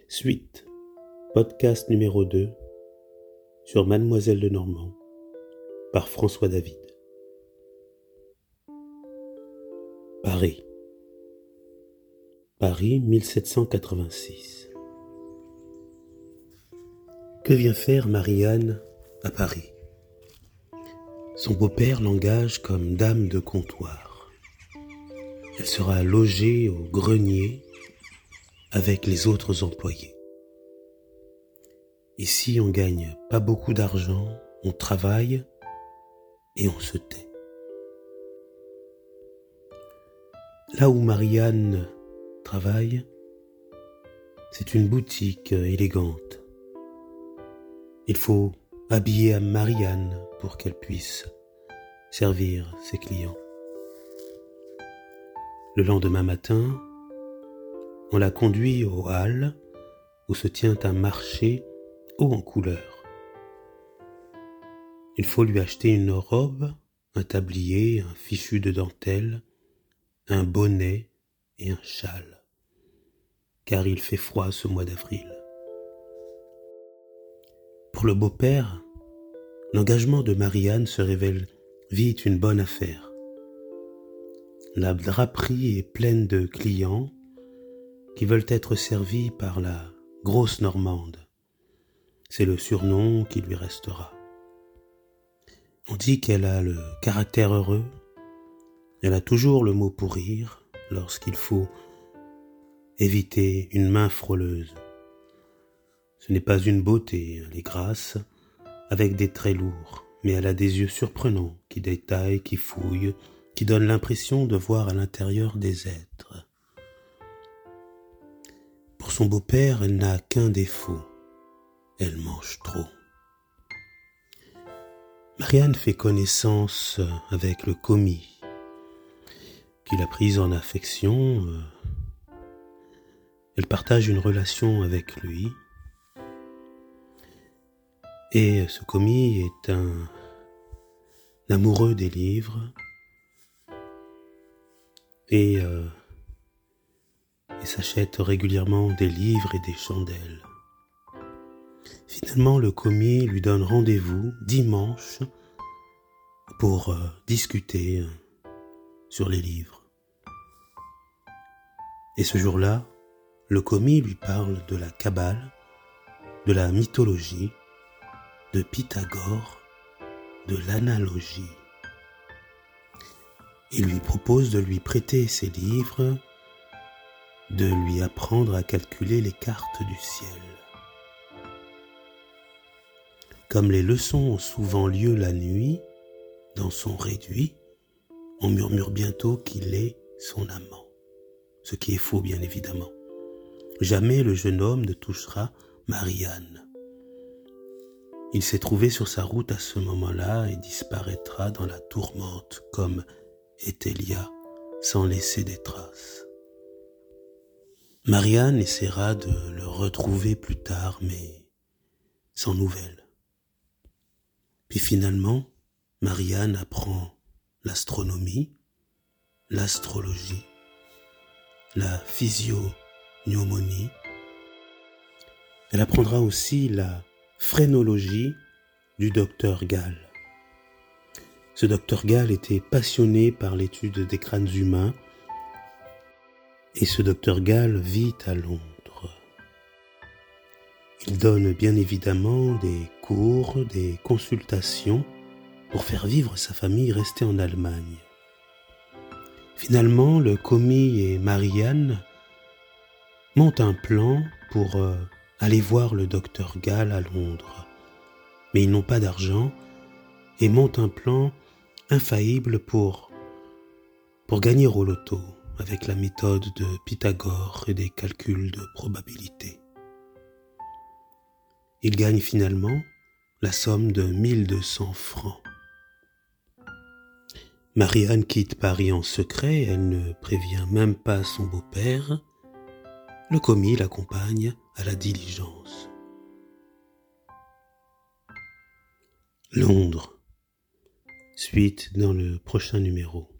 Suite, podcast numéro 2 sur Mademoiselle Lenormand par François David. Paris, 1786. Que vient faire Marianne à Paris? Son beau-père l'engage comme dame de comptoir. Elle sera logée au grenier avec les autres employés. Ici, on gagne pas beaucoup d'argent, on travaille et on se tait. Là où Marianne travaille, c'est une boutique élégante. Il faut habiller à Marianne pour qu'elle puisse servir ses clients. Le lendemain matin, on la conduit aux halles où se tient un marché haut en couleurs. Il faut lui acheter une robe, un tablier, un fichu de dentelle, un bonnet et un châle, car il fait froid ce mois d'avril. Pour le beau-père, l'engagement de Marianne se révèle vite une bonne affaire. La draperie est pleine de clients qui veulent être servis par la grosse Normande. C'est le surnom qui lui restera. On dit qu'elle a le caractère heureux, elle a toujours le mot pour rire lorsqu'il faut éviter une main frôleuse. Ce n'est pas une beauté, elle est grasse, avec des traits lourds, mais elle a des yeux surprenants qui détaillent, qui fouillent, qui donnent l'impression de voir à l'intérieur des êtres. Pour son beau-père, elle n'a qu'un défaut. Elle mange trop. Marianne fait connaissance avec le commis, qui l'a prise en affection. Elle partage une relation avec lui. Et ce commis est un amoureux des livres. Et s'achète régulièrement des livres et des chandelles. Finalement, le commis lui donne rendez-vous dimanche pour discuter sur les livres. Et ce jour-là, le commis lui parle de la Kabbale, de la mythologie, de Pythagore, de l'analogie. Il lui propose de lui prêter ses livres, de lui apprendre à calculer les cartes du ciel. Comme les leçons ont souvent lieu la nuit, dans son réduit, on murmure bientôt qu'il est son amant. Ce qui est faux, bien évidemment. Jamais le jeune homme ne touchera Marianne. Il s'est trouvé sur sa route à ce moment-là et disparaîtra dans la tourmente comme Étélia, sans laisser des traces. Marianne essaiera de le retrouver plus tard, mais sans nouvelles. Puis finalement, Marianne apprend l'astronomie, l'astrologie, la physiognomonie. Elle apprendra aussi la phrénologie du docteur Gall. Ce docteur Gall était passionné par l'étude des crânes humains et ce docteur Gall vit à Londres. Il donne bien évidemment des cours, des consultations pour faire vivre sa famille restée en Allemagne. Finalement, le commis et Marianne montent un plan pour aller voir le docteur Gall à Londres. Mais ils n'ont pas d'argent et montent un plan infaillible pour gagner au loto avec la méthode de Pythagore et des calculs de probabilité. Ils gagnent finalement la somme de 1200 francs. Marianne quitte Paris en secret, elle ne prévient même pas son beau-père. Le commis l'accompagne à la diligence. Londres, suite dans le prochain numéro.